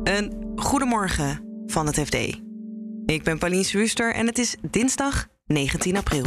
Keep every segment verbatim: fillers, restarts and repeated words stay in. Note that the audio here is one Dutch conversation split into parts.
Een goedemorgen van het F D. Ik ben Pauline Swuster en het is dinsdag negentien april.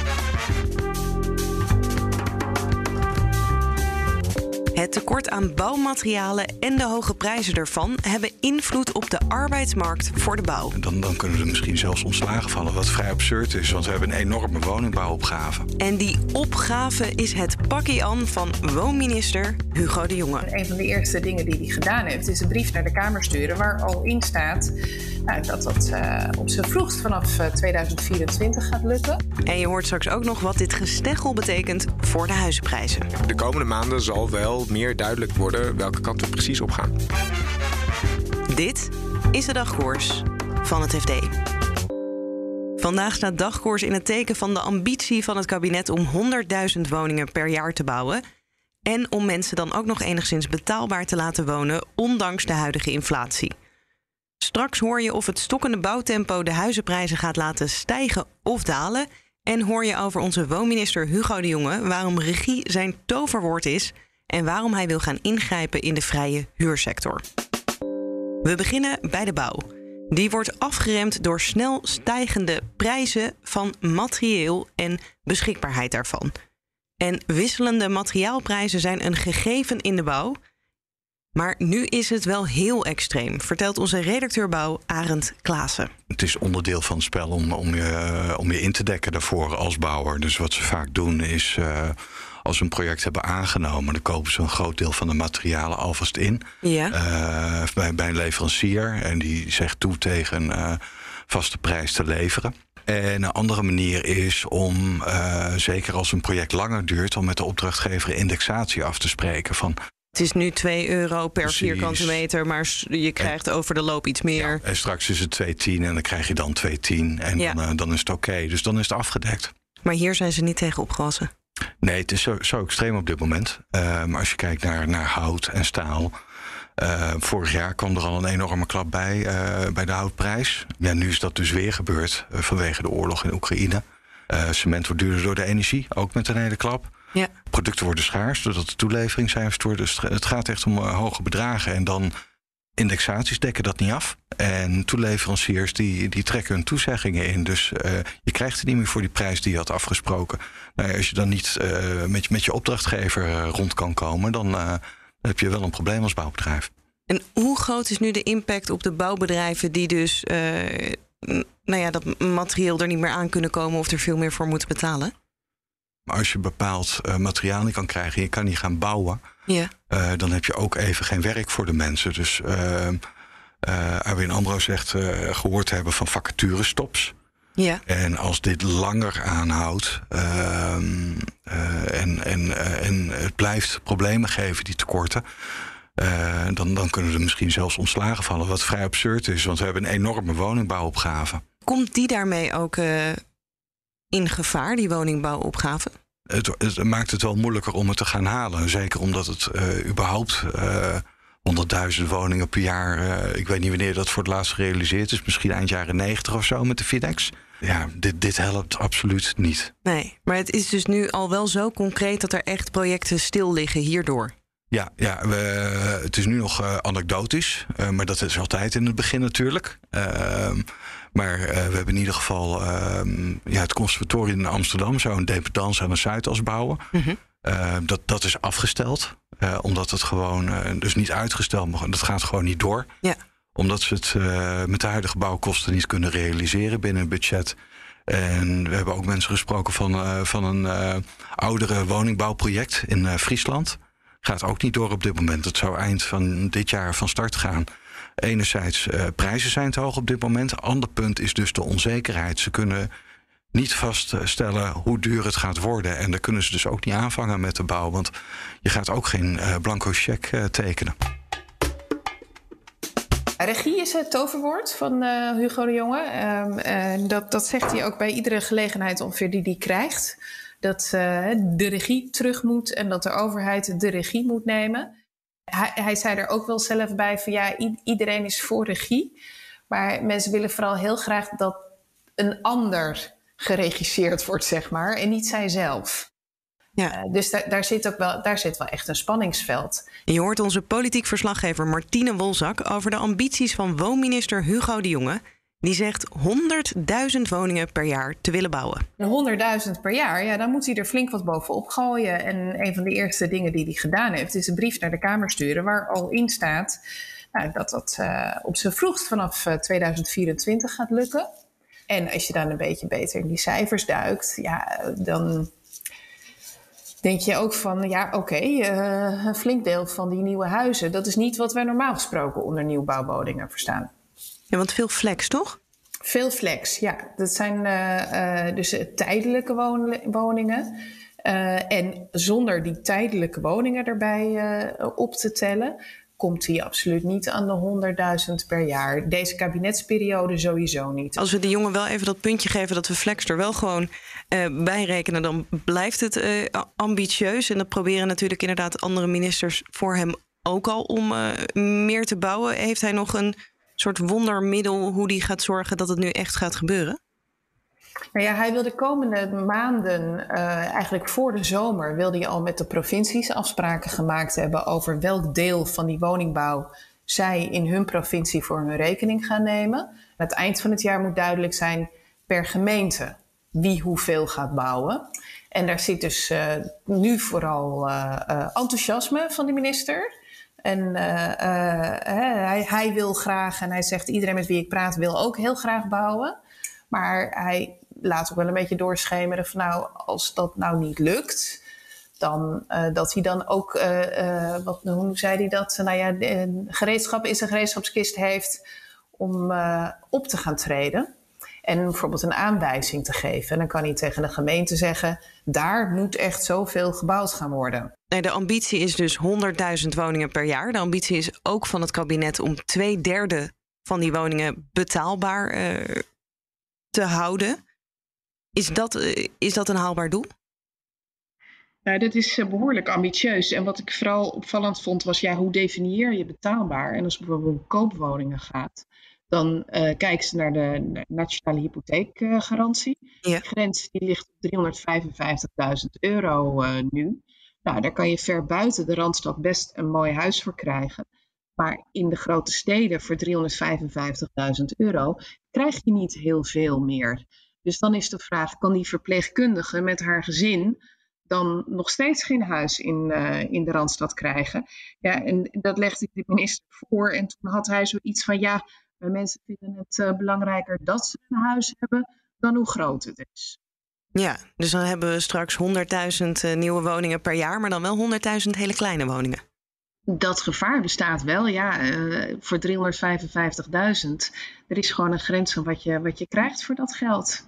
Het tekort aan bouwmaterialen en de hoge prijzen ervan hebben invloed op de arbeidsmarkt voor de bouw. Dan, dan kunnen er misschien zelfs ontslagen vallen, wat vrij absurd is, want we hebben een enorme woningbouwopgave. En die opgave is het pakkie aan van woonminister Hugo de Jonge. Een van de eerste dingen die hij gedaan heeft, is een brief naar de Kamer sturen waar al in staat nou, dat dat uh, op zijn vroegst vanaf uh, tweeduizend vierentwintig gaat lukken. En je hoort straks ook nog wat dit gesteggel betekent voor de huizenprijzen. De komende maanden zal wel meer duidelijk worden welke kant we precies op gaan. Dit is de dagkoers van het F D. Vandaag staat dagkoers in het teken van de ambitie van het kabinet om honderdduizend woningen per jaar te bouwen. En om mensen dan ook nog enigszins betaalbaar te laten wonen, ondanks de huidige inflatie. Straks hoor je of het stokkende bouwtempo de huizenprijzen gaat laten stijgen of dalen. En hoor je over onze woonminister Hugo de Jonge waarom regie zijn toverwoord is en waarom hij wil gaan ingrijpen in de vrije huursector. We beginnen bij de bouw. Die wordt afgeremd door snel stijgende prijzen van materieel en beschikbaarheid daarvan. En wisselende materiaalprijzen zijn een gegeven in de bouw. Maar nu is het wel heel extreem, vertelt onze redacteur bouw Arend Klaassen. Het is onderdeel van het spel om, om, je, om je in te dekken daarvoor als bouwer. Dus wat ze vaak doen is, uh, als ze een project hebben aangenomen, dan kopen ze een groot deel van de materialen alvast in. Ja. Uh, bij, bij een leverancier. En die zegt toe tegen uh, vaste prijs te leveren. En een andere manier is om, uh, zeker als een project langer duurt, om met de opdrachtgever indexatie af te spreken van. Het is nu twee euro per Precies. vierkante meter, maar je krijgt en, over de loop iets meer. Ja, en straks is het twee tien en dan krijg je dan twee tien en ja. dan, uh, dan is het oké. Okay. Dus dan is het afgedekt. Maar hier zijn ze niet tegen opgewassen. Nee, het is zo, zo extreem op dit moment. Uh, maar als je kijkt naar, naar hout en staal. Uh, vorig jaar kwam er al een enorme klap bij, uh, bij de houtprijs. Ja, nu is dat dus weer gebeurd uh, vanwege de oorlog in Oekraïne. Uh, cement wordt duurder door de energie, ook met een hele klap. Ja. Producten worden schaars, doordat de toeleveringscijfers worden. Dus het gaat echt om uh, hoge bedragen. En dan indexaties dekken dat niet af. En toeleveranciers die, die trekken hun toezeggingen in. Dus uh, je krijgt het niet meer voor die prijs die je had afgesproken. Nou ja, als je dan niet uh, met, met je opdrachtgever uh, rond kan komen, dan uh, heb je wel een probleem als bouwbedrijf. En hoe groot is nu de impact op de bouwbedrijven die dus uh, nou ja, dat materieel er niet meer aan kunnen komen of er veel meer voor moeten betalen? Maar als je bepaald uh, materiaal niet kan krijgen en je kan niet gaan bouwen, ja. uh, dan heb je ook even geen werk voor de mensen. Dus uh, uh, A B N AMRO zegt uh, gehoord te hebben van vacaturestops. Ja. En als dit langer aanhoudt uh, uh, en, en, uh, en het blijft problemen geven, die tekorten, uh, dan, dan kunnen er misschien zelfs ontslagen vallen. Wat vrij absurd is, want we hebben een enorme woningbouwopgave. Komt die daarmee ook uh, in gevaar, die woningbouwopgave? Het, het maakt het wel moeilijker om het te gaan halen. Zeker omdat het uh, überhaupt uh, honderdduizend woningen per jaar. Uh, ik weet niet wanneer dat voor het laatst gerealiseerd is. Misschien eind jaren negentig of zo met de Finex. Ja, dit, dit helpt absoluut niet. Nee, maar het is dus nu al wel zo concreet dat er echt projecten stil liggen hierdoor. Ja, ja we, het is nu nog uh, anekdotisch. Uh, maar dat is altijd in het begin natuurlijk. Uh, maar uh, we hebben in ieder geval uh, ja, het conservatorium in Amsterdam zou een dependance aan de Zuidas bouwen. Mm-hmm. Uh, dat, dat is afgesteld. Uh, omdat het gewoon uh, dus niet uitgesteld mag. Dat gaat gewoon niet door. Ja. Omdat ze het uh, met de huidige bouwkosten niet kunnen realiseren binnen het budget. En we hebben ook mensen gesproken van, uh, van een uh, oudere woningbouwproject in uh, Friesland. Gaat ook niet door op dit moment. Het zou eind van dit jaar van start gaan. Enerzijds, uh, prijzen zijn te hoog op dit moment. Ander punt is dus de onzekerheid. Ze kunnen niet vaststellen hoe duur het gaat worden. En daar kunnen ze dus ook niet aanvangen met de bouw. Want je gaat ook geen uh, blanco cheque uh, tekenen. Regie is het toverwoord van uh, Hugo de Jonge. Um, uh, dat, dat zegt hij ook bij iedere gelegenheid ongeveer die hij krijgt. Dat uh, de regie terug moet en dat de overheid de regie moet nemen. Hij, hij zei er ook wel zelf bij van ja, i- iedereen is voor regie. Maar mensen willen vooral heel graag dat een ander geregisseerd wordt, zeg maar, en niet zijzelf. Ja. Uh, dus daar, daar zit ook wel, daar zit wel echt een spanningsveld. Je hoort onze politiek verslaggever Martine Wolzak over de ambities van woonminister Hugo de Jonge. Die zegt honderdduizend woningen per jaar te willen bouwen. honderdduizend per jaar, ja, dan moet hij er flink wat bovenop gooien. En een van de eerste dingen die hij gedaan heeft, is een brief naar de Kamer sturen waar al in staat nou, dat dat uh, op zijn vroegst vanaf uh, tweeduizend vierentwintig gaat lukken. En als je dan een beetje beter in die cijfers duikt, ja, dan denk je ook van, ja, oké, okay, uh, een flink deel van die nieuwe huizen, dat is niet wat wij normaal gesproken onder nieuwbouwwoningen verstaan. Ja, want veel flex, toch? Veel flex, ja. Dat zijn uh, uh, dus tijdelijke woningen. Uh, en zonder die tijdelijke woningen erbij uh, op te tellen, komt hij absoluut niet aan de honderdduizend per jaar. Deze kabinetsperiode sowieso niet. Als we die jongen wel even dat puntje geven dat we flex er wel gewoon uh, bij rekenen, dan blijft het uh, ambitieus. En dat proberen natuurlijk inderdaad andere ministers voor hem ook al om uh, meer te bouwen. Heeft hij nog een soort wondermiddel hoe die gaat zorgen dat het nu echt gaat gebeuren? Nou ja, hij wil de komende maanden, uh, eigenlijk voor de zomer, wil hij al met de provincies afspraken gemaakt hebben over welk deel van die woningbouw zij in hun provincie voor hun rekening gaan nemen. Aan het eind van het jaar moet duidelijk zijn per gemeente wie hoeveel gaat bouwen. En daar zit dus uh, nu vooral uh, uh, enthousiasme van de minister. En uh, uh, hij, hij wil graag, en hij zegt iedereen met wie ik praat wil ook heel graag bouwen. Maar hij laat ook wel een beetje doorschemeren van nou, als dat nou niet lukt, dan uh, dat hij dan ook, uh, uh, wat, hoe zei hij dat? Nou ja, de, gereedschap is een gereedschapskist heeft om uh, op te gaan treden. En bijvoorbeeld een aanwijzing te geven. En dan kan hij tegen de gemeente zeggen, daar moet echt zoveel gebouwd gaan worden. Nee, de ambitie is dus honderdduizend woningen per jaar. De ambitie is ook van het kabinet om twee derde van die woningen betaalbaar uh, te houden. Is dat, uh, is dat een haalbaar doel? Nou, dat is uh, behoorlijk ambitieus. En wat ik vooral opvallend vond was, ja, hoe definieer je betaalbaar? En als het bijvoorbeeld om koopwoningen gaat, dan uh, kijken ze naar de nationale hypotheekgarantie. Ja. De grens die ligt op driehonderdvijfenvijftigduizend euro uh, nu. Nou, daar kan je ver buiten de Randstad best een mooi huis voor krijgen. Maar in de grote steden voor driehonderdvijfenvijftigduizend euro krijg je niet heel veel meer. Dus dan is de vraag, kan die verpleegkundige met haar gezin dan nog steeds geen huis in, uh, in de Randstad krijgen? Ja, en dat legde de minister voor. En toen had hij zoiets van, ja, mensen vinden het uh, belangrijker dat ze een huis hebben dan hoe groot het is. Ja, dus dan hebben we straks honderdduizend uh, nieuwe woningen per jaar, maar dan wel honderdduizend hele kleine woningen. Dat gevaar bestaat wel, ja, uh, voor driehonderdvijfenvijftigduizend. Er is gewoon een grens van wat je, wat je krijgt voor dat geld.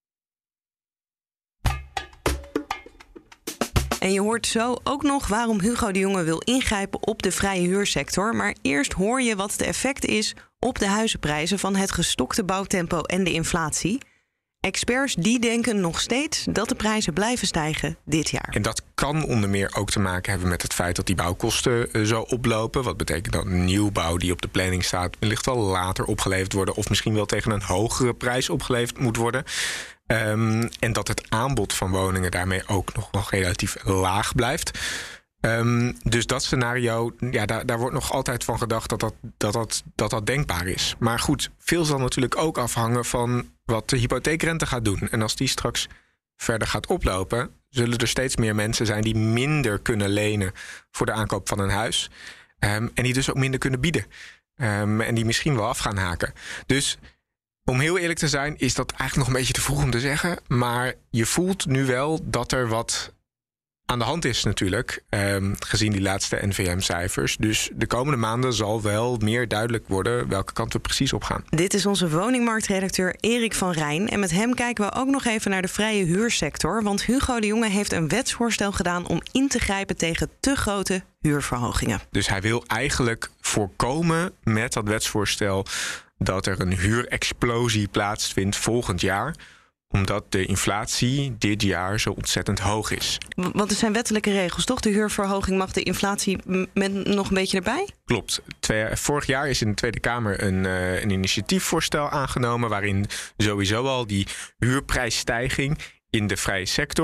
En je hoort zo ook nog waarom Hugo de Jonge wil ingrijpen op de vrije huursector. Maar eerst hoor je wat het effect is op de huizenprijzen van het gestokte bouwtempo en de inflatie. Experts die denken nog steeds dat de prijzen blijven stijgen dit jaar. En dat kan onder meer ook te maken hebben met het feit dat die bouwkosten uh, zo oplopen. Wat betekent dat nieuwbouw die op de planning staat wellicht wel later opgeleverd worden, of misschien wel tegen een hogere prijs opgeleverd moet worden. Um, en dat het aanbod van woningen daarmee ook nog, nog relatief laag blijft. Um, dus dat scenario, ja, daar, daar wordt nog altijd van gedacht dat dat, dat, dat, dat dat denkbaar is. Maar goed, veel zal natuurlijk ook afhangen van wat de hypotheekrente gaat doen. En als die straks verder gaat oplopen, zullen er steeds meer mensen zijn die minder kunnen lenen voor de aankoop van een huis. Um, en die dus ook minder kunnen bieden. Um, en die misschien wel af gaan haken. Dus om heel eerlijk te zijn, is dat eigenlijk nog een beetje te vroeg om te zeggen. Maar je voelt nu wel dat er wat aan de hand is natuurlijk, um, gezien die laatste N V M-cijfers. Dus de komende maanden zal wel meer duidelijk worden welke kant we precies op gaan. Dit is onze woningmarktredacteur Erik van Rijn. En met hem kijken we ook nog even naar de vrije huursector. Want Hugo de Jonge heeft een wetsvoorstel gedaan om in te grijpen tegen te grote huurverhogingen. Dus hij wil eigenlijk voorkomen met dat wetsvoorstel dat er een huurexplosie plaatsvindt volgend jaar, omdat de inflatie dit jaar zo ontzettend hoog is. Want er zijn wettelijke regels, toch? De huurverhoging mag de inflatie met nog een beetje erbij? Klopt. Twee, vorig jaar is in de Tweede Kamer een, uh, een initiatiefvoorstel aangenomen waarin sowieso al die huurprijsstijging in de vrije sector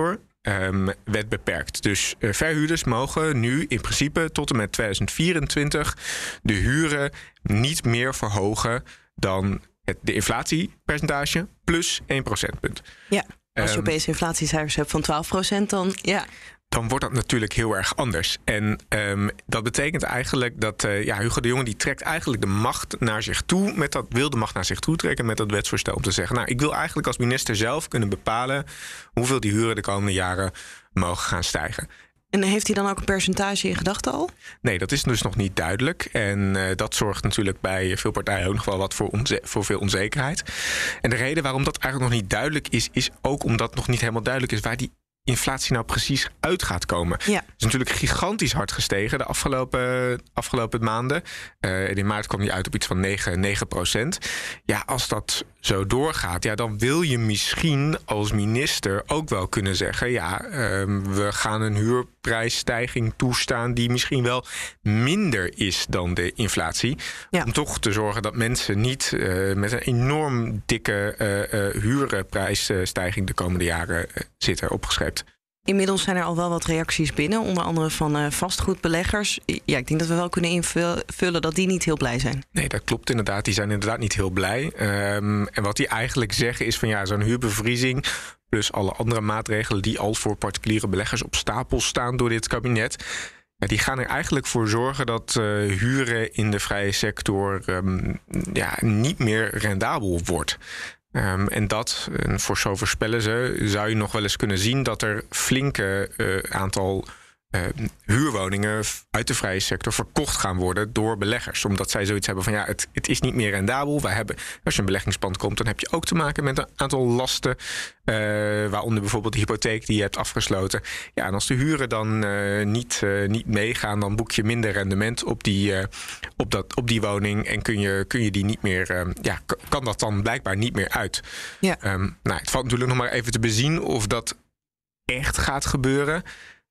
um, wet beperkt. Dus uh, verhuurders mogen nu in principe tot en met tweeduizend vierentwintig de huren niet meer verhogen dan het, de inflatiepercentage plus één procentpunt. Ja, als je Um, opeens inflatiecijfers hebt van twaalf procent, dan ja. dan wordt dat natuurlijk heel erg anders. En um, dat betekent eigenlijk dat uh, ja, Hugo de Jonge die trekt eigenlijk de macht naar zich toe. Met dat, wil de macht naar zich toe trekken met dat wetsvoorstel om te zeggen, nou, ik wil eigenlijk als minister zelf kunnen bepalen hoeveel die huren de komende jaren mogen gaan stijgen. En heeft hij dan ook een percentage in gedachten al? Nee, dat is dus nog niet duidelijk. En uh, dat zorgt natuurlijk bij veel partijen ook nog wel wat voor, onze- voor veel onzekerheid. En de reden waarom dat eigenlijk nog niet duidelijk is, is ook omdat nog niet helemaal duidelijk is waar die inflatie nou precies uit gaat komen. Ja. Het is natuurlijk gigantisch hard gestegen de afgelopen, afgelopen maanden. Uh, in maart kwam die uit op iets van negen procent. Ja, als dat zo doorgaat, ja, dan wil je misschien als minister ook wel kunnen zeggen, ja, um, we gaan een huurprijsstijging toestaan die misschien wel minder is dan de inflatie. Ja. Om toch te zorgen dat mensen niet uh, met een enorm dikke uh, uh, huurprijsstijging de komende jaren uh, zitten opgeschreven. Inmiddels zijn er al wel wat reacties binnen, onder andere van uh, vastgoedbeleggers. Ja, ik denk dat we wel kunnen invullen dat die niet heel blij zijn. Nee, dat klopt inderdaad. Die zijn inderdaad niet heel blij. Um, en wat die eigenlijk zeggen is van ja, zo'n huurbevriezing plus alle andere maatregelen die al voor particuliere beleggers op stapel staan door dit kabinet, ja, die gaan er eigenlijk voor zorgen dat uh, huren in de vrije sector um, ja, niet meer rendabel wordt. Um, en dat, en voor zo voorspellen ze, zou je nog wel eens kunnen zien dat er flinke uh, aantal uh, huurwoningen uit de vrije sector verkocht gaan worden door beleggers. Omdat zij zoiets hebben van ja, het, het is niet meer rendabel. Wij hebben, als je een beleggingspand komt, dan heb je ook te maken met een aantal lasten. Uh, waaronder bijvoorbeeld de hypotheek die je hebt afgesloten. Ja, en als de huren dan uh, niet, uh, niet meegaan, dan boek je minder rendement op die, uh, op dat, op die woning. En kun je, kun je die niet meer, uh, ja, kan dat dan blijkbaar niet meer uit. Ja. Um, nou, het valt natuurlijk nog maar even te bezien of dat echt gaat gebeuren.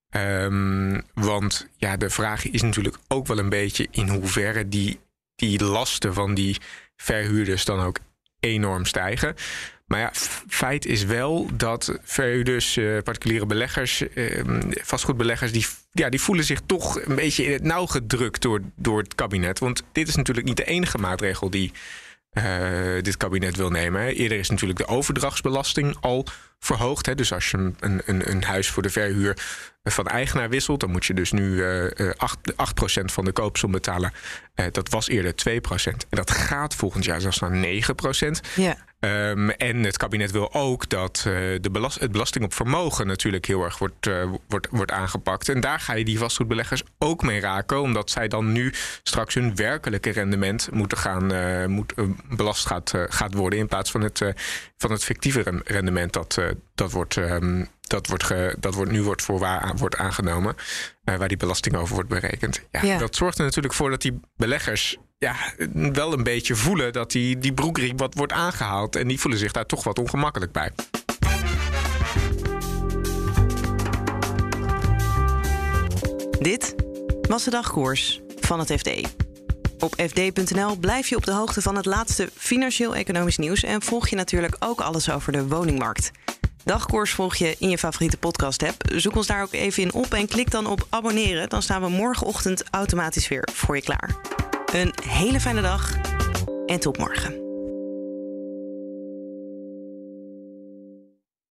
Um, want ja, de vraag is natuurlijk ook wel een beetje in hoeverre die, die lasten van die verhuurders dan ook enorm stijgen. Maar ja, feit is wel dat verhuurders, uh, particuliere beleggers, uh, vastgoedbeleggers, die, ja, die voelen zich toch een beetje in het nauw gedrukt door, door het kabinet. Want dit is natuurlijk niet de enige maatregel die uh, dit kabinet wil nemen. Eerder is natuurlijk de overdrachtsbelasting al verhoogd. Hè. Dus als je een, een, een huis voor de verhuur van eigenaar wisselt, dan moet je dus nu uh, acht procent van de koopsom betalen. Uh, dat was eerder twee procent. En dat gaat volgend jaar zelfs naar negen procent. Ja. Um, en het kabinet wil ook dat uh, de belast- het belasting op vermogen natuurlijk heel erg wordt, uh, wordt, wordt aangepakt. En daar ga je die vastgoedbeleggers ook mee raken, omdat zij dan nu straks hun werkelijke rendement moeten gaan, uh, moet, uh, belast gaat, uh, gaat worden in plaats van het, uh, van het fictieve rendement dat, uh, dat wordt... Um, Dat, wordt ge, dat wordt, nu wordt voor waar aan, wordt aangenomen, uh, waar die belasting over wordt berekend. Ja, Ja. Dat zorgt er natuurlijk voor dat die beleggers ja, wel een beetje voelen dat die, die broekriem wat wordt aangehaald. En die voelen zich daar toch wat ongemakkelijk bij. Dit was de dagkoers van het F D. Op f d punt n l blijf je op de hoogte van het laatste financieel-economisch nieuws en volg je natuurlijk ook alles over de woningmarkt. Dagkoers volg je in je favoriete podcast-app. Zoek ons daar ook even in op en klik dan op abonneren. Dan staan we morgenochtend automatisch weer voor je klaar. Een hele fijne dag en tot morgen.